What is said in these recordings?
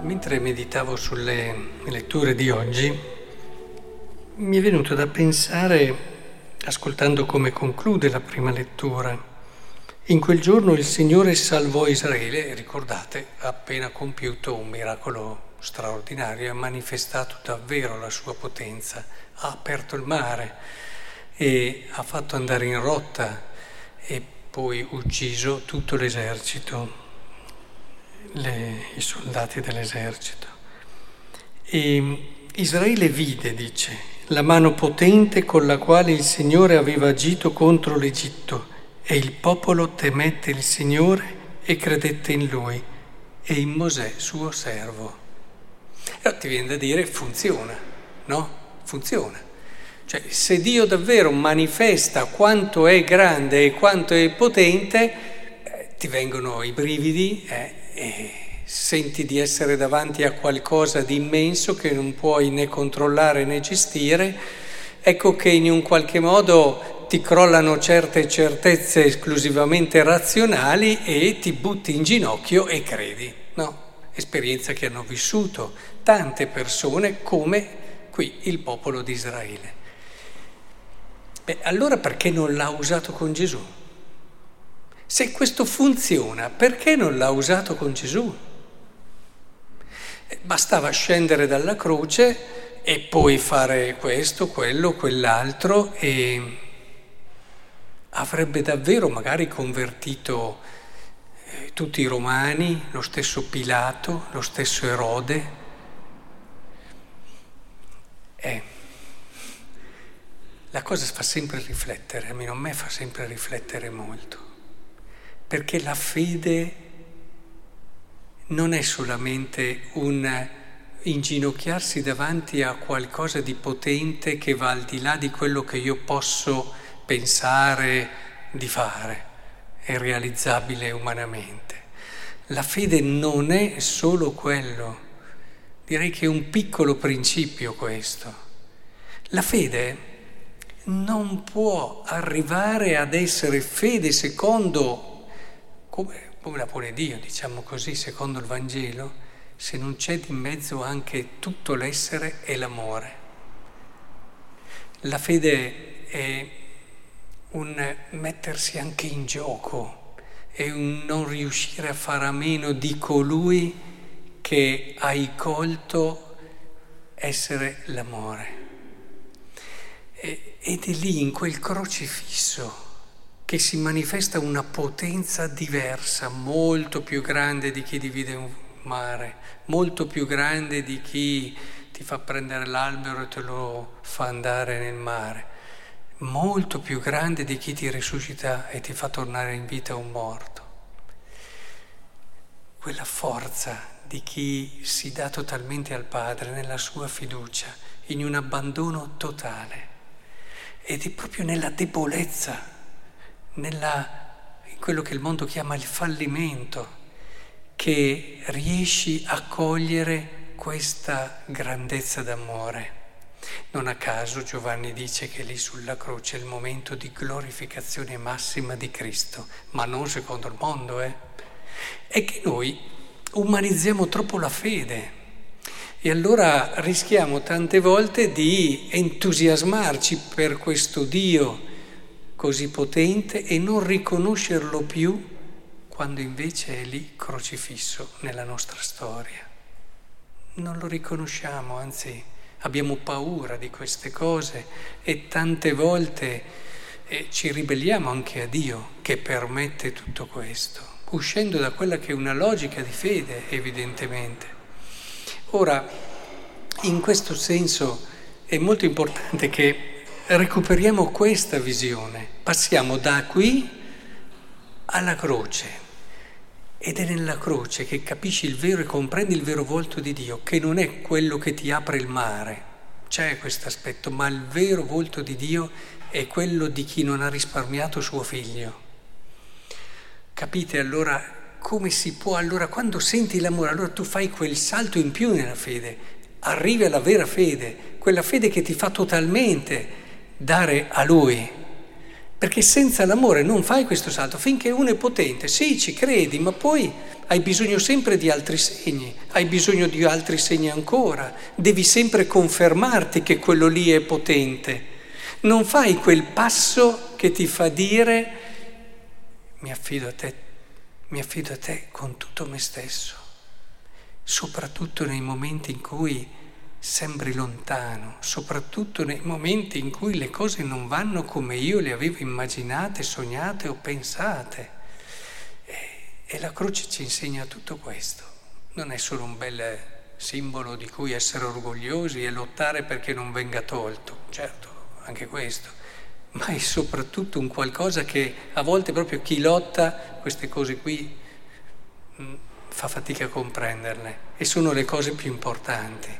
Mentre meditavo sulle letture di oggi, mi è venuto da pensare, ascoltando come conclude la prima lettura, in quel giorno il Signore salvò Israele, ricordate, ha appena compiuto un miracolo straordinario, ha manifestato davvero la sua potenza, ha aperto il mare e ha fatto andare in rotta e poi ucciso tutto l'esercito. I soldati dell'esercito. E Israele vide, dice, la mano potente con la quale il Signore aveva agito contro l'Egitto, e il popolo temette il Signore e credette in Lui e in Mosè suo servo. Allora ti viene da dire funziona, no? Funziona. Cioè, se Dio davvero manifesta quanto è grande e quanto è potente, ti vengono i brividi, e senti di essere davanti a qualcosa di immenso che non puoi né controllare né gestire. Ecco che in un qualche modo ti crollano certe certezze esclusivamente razionali e ti butti in ginocchio e credi, no? Esperienza che hanno vissuto tante persone come qui il popolo di Israele. Allora perché non l'ha usato con Gesù? Se questo funziona, perché non l'ha usato con Gesù? Bastava scendere dalla croce e poi fare questo, quello, quell'altro e avrebbe davvero magari convertito tutti i romani, lo stesso Pilato, lo stesso Erode. La cosa fa sempre riflettere, almeno a me fa sempre riflettere molto. Perché la fede non è solamente un inginocchiarsi davanti a qualcosa di potente che va al di là di quello che io posso pensare di fare, è realizzabile umanamente. La fede non è solo quello, direi che è un piccolo principio questo. La fede non può arrivare ad essere fede secondo come la pone Dio, diciamo così, secondo il Vangelo, se non c'è di mezzo anche tutto l'essere e l'amore. La fede è un mettersi anche in gioco, è un non riuscire a fare a meno di colui che hai colto essere l'amore. Ed è lì, in quel crocifisso, che si manifesta una potenza diversa, molto più grande di chi divide un mare, molto più grande di chi ti fa prendere l'albero e te lo fa andare nel mare, molto più grande di chi ti risuscita e ti fa tornare in vita un morto. Quella forza di chi si dà totalmente al Padre nella sua fiducia, in un abbandono totale, ed è proprio nella debolezza, in quello che il mondo chiama il fallimento, che riesci a cogliere questa grandezza d'amore. Non a caso Giovanni dice che lì sulla croce è il momento di glorificazione massima di Cristo, ma non secondo il mondo, È che noi umanizziamo troppo la fede e allora rischiamo tante volte di entusiasmarci per questo Dio così potente e non riconoscerlo più quando invece è lì crocifisso nella nostra storia. Non lo riconosciamo, anzi abbiamo paura di queste cose e tante volte ci ribelliamo anche a Dio che permette tutto questo, uscendo da quella che è una logica di fede, evidentemente. Ora, in questo senso è molto importante che recuperiamo questa visione, passiamo da qui alla croce ed è nella croce che capisci il vero e comprendi il vero volto di Dio, che non è quello che ti apre il mare, c'è questo aspetto, ma il vero volto di Dio è quello di chi non ha risparmiato suo figlio. Capite allora come si può, allora quando senti l'amore, allora tu fai quel salto in più nella fede, arrivi alla vera fede, quella fede che ti fa totalmente dare a Lui, Perché senza l'amore non fai questo salto. Finché uno è potente, sì, ci credi, ma poi hai bisogno sempre di altri segni, hai bisogno di altri segni ancora, devi sempre confermarti che quello lì è potente. Non fai quel passo che ti fa dire mi affido a te con tutto me stesso, soprattutto nei momenti in cui sembri lontano, soprattutto nei momenti in cui le cose non vanno come io le avevo immaginate, sognate o pensate. E la croce ci insegna tutto questo. Non è solo un bel simbolo di cui essere orgogliosi e lottare perché non venga tolto, certo, anche questo, ma è soprattutto un qualcosa che a volte proprio chi lotta queste cose qui fa fatica a comprenderle e sono le cose più importanti.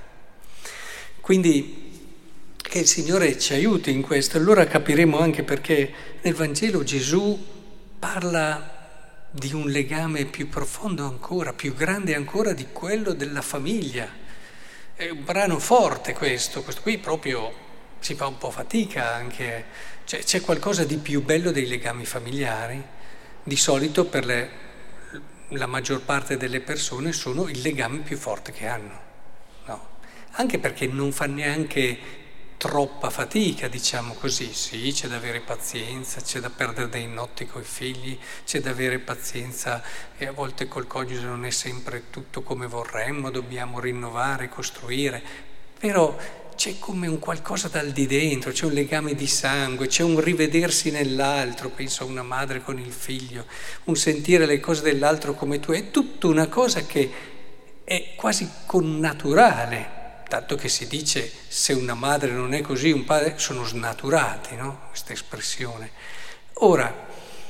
Quindi che il Signore ci aiuti in questo, allora capiremo anche perché nel Vangelo Gesù parla di un legame più profondo ancora, più grande ancora di quello della famiglia. È un brano forte questo qui proprio si fa un po' fatica anche, c'è qualcosa di più bello dei legami familiari, di solito per la maggior parte delle persone sono il legame più forte che hanno, no? Anche perché non fa neanche troppa fatica, diciamo così. Sì, c'è da avere pazienza, c'è da perdere dei notti coi figli, c'è da avere pazienza e a volte col coniuge non è sempre tutto come vorremmo, dobbiamo rinnovare, costruire, però c'è come un qualcosa dal di dentro, c'è un legame di sangue, c'è un rivedersi nell'altro, penso a una madre con il figlio, un sentire le cose dell'altro come tu, è tutta una cosa che è quasi connaturale. Tanto che si dice se una madre non è così, un padre sono snaturati, no? Questa espressione. Ora,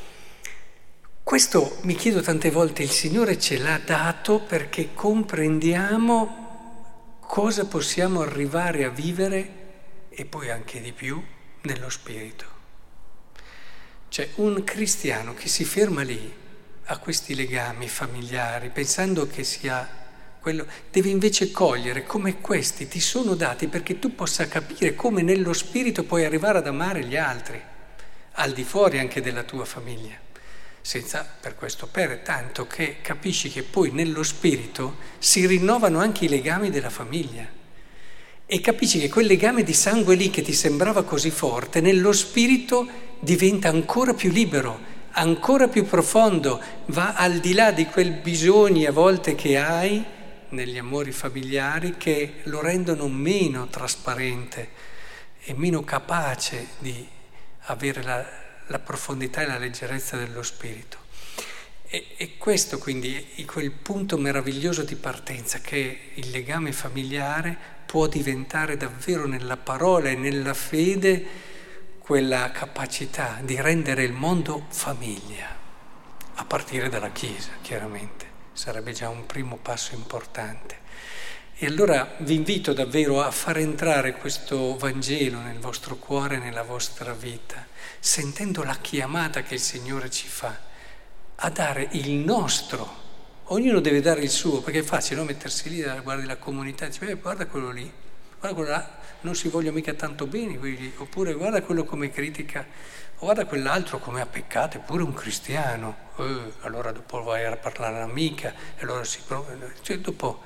questo mi chiedo tante volte, il Signore ce l'ha dato perché comprendiamo cosa possiamo arrivare a vivere e poi anche di più nello Spirito. Cioè un cristiano che si ferma lì a questi legami familiari pensando che sia quello, deve invece cogliere come questi ti sono dati perché tu possa capire come nello Spirito puoi arrivare ad amare gli altri, al di fuori anche della tua famiglia, senza per questo tanto che capisci che poi nello Spirito si rinnovano anche i legami della famiglia e capisci che quel legame di sangue lì che ti sembrava così forte, nello Spirito diventa ancora più libero, ancora più profondo, va al di là di quel bisogno a volte che hai negli amori familiari che lo rendono meno trasparente e meno capace di avere la profondità e la leggerezza dello spirito. E questo quindi è quel punto meraviglioso di partenza che il legame familiare può diventare davvero nella parola e nella fede quella capacità di rendere il mondo famiglia, a partire dalla Chiesa, chiaramente. Sarebbe già un primo passo importante. E allora vi invito davvero a far entrare questo Vangelo nel vostro cuore, nella vostra vita, sentendo la chiamata che il Signore ci fa a dare il nostro. Ognuno deve dare il suo, perché è facile, no? Mettersi lì, guardi la comunità e dice, guarda quello lì, guarda quello là, non si vogliono mica tanto bene quelli, oppure guarda quello come critica, o guarda quell'altro come ha peccato, è pure un cristiano. Allora dopo vai a parlare all'amica, e allora si prova, cioè dopo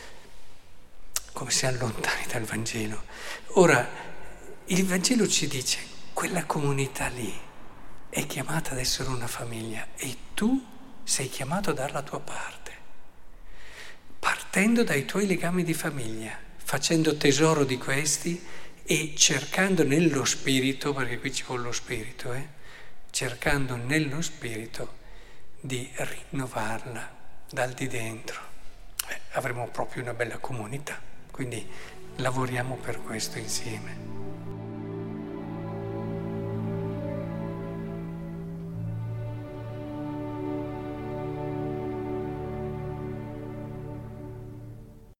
come si allontani dal Vangelo. Ora, il Vangelo ci dice, quella comunità lì è chiamata ad essere una famiglia e tu sei chiamato a dare la tua parte, partendo dai tuoi legami di famiglia, facendo tesoro di questi e cercando nello spirito, perché qui ci vuole lo spirito, cercando nello spirito di rinnovarla dal di dentro. Avremo proprio una bella comunità, quindi lavoriamo per questo insieme.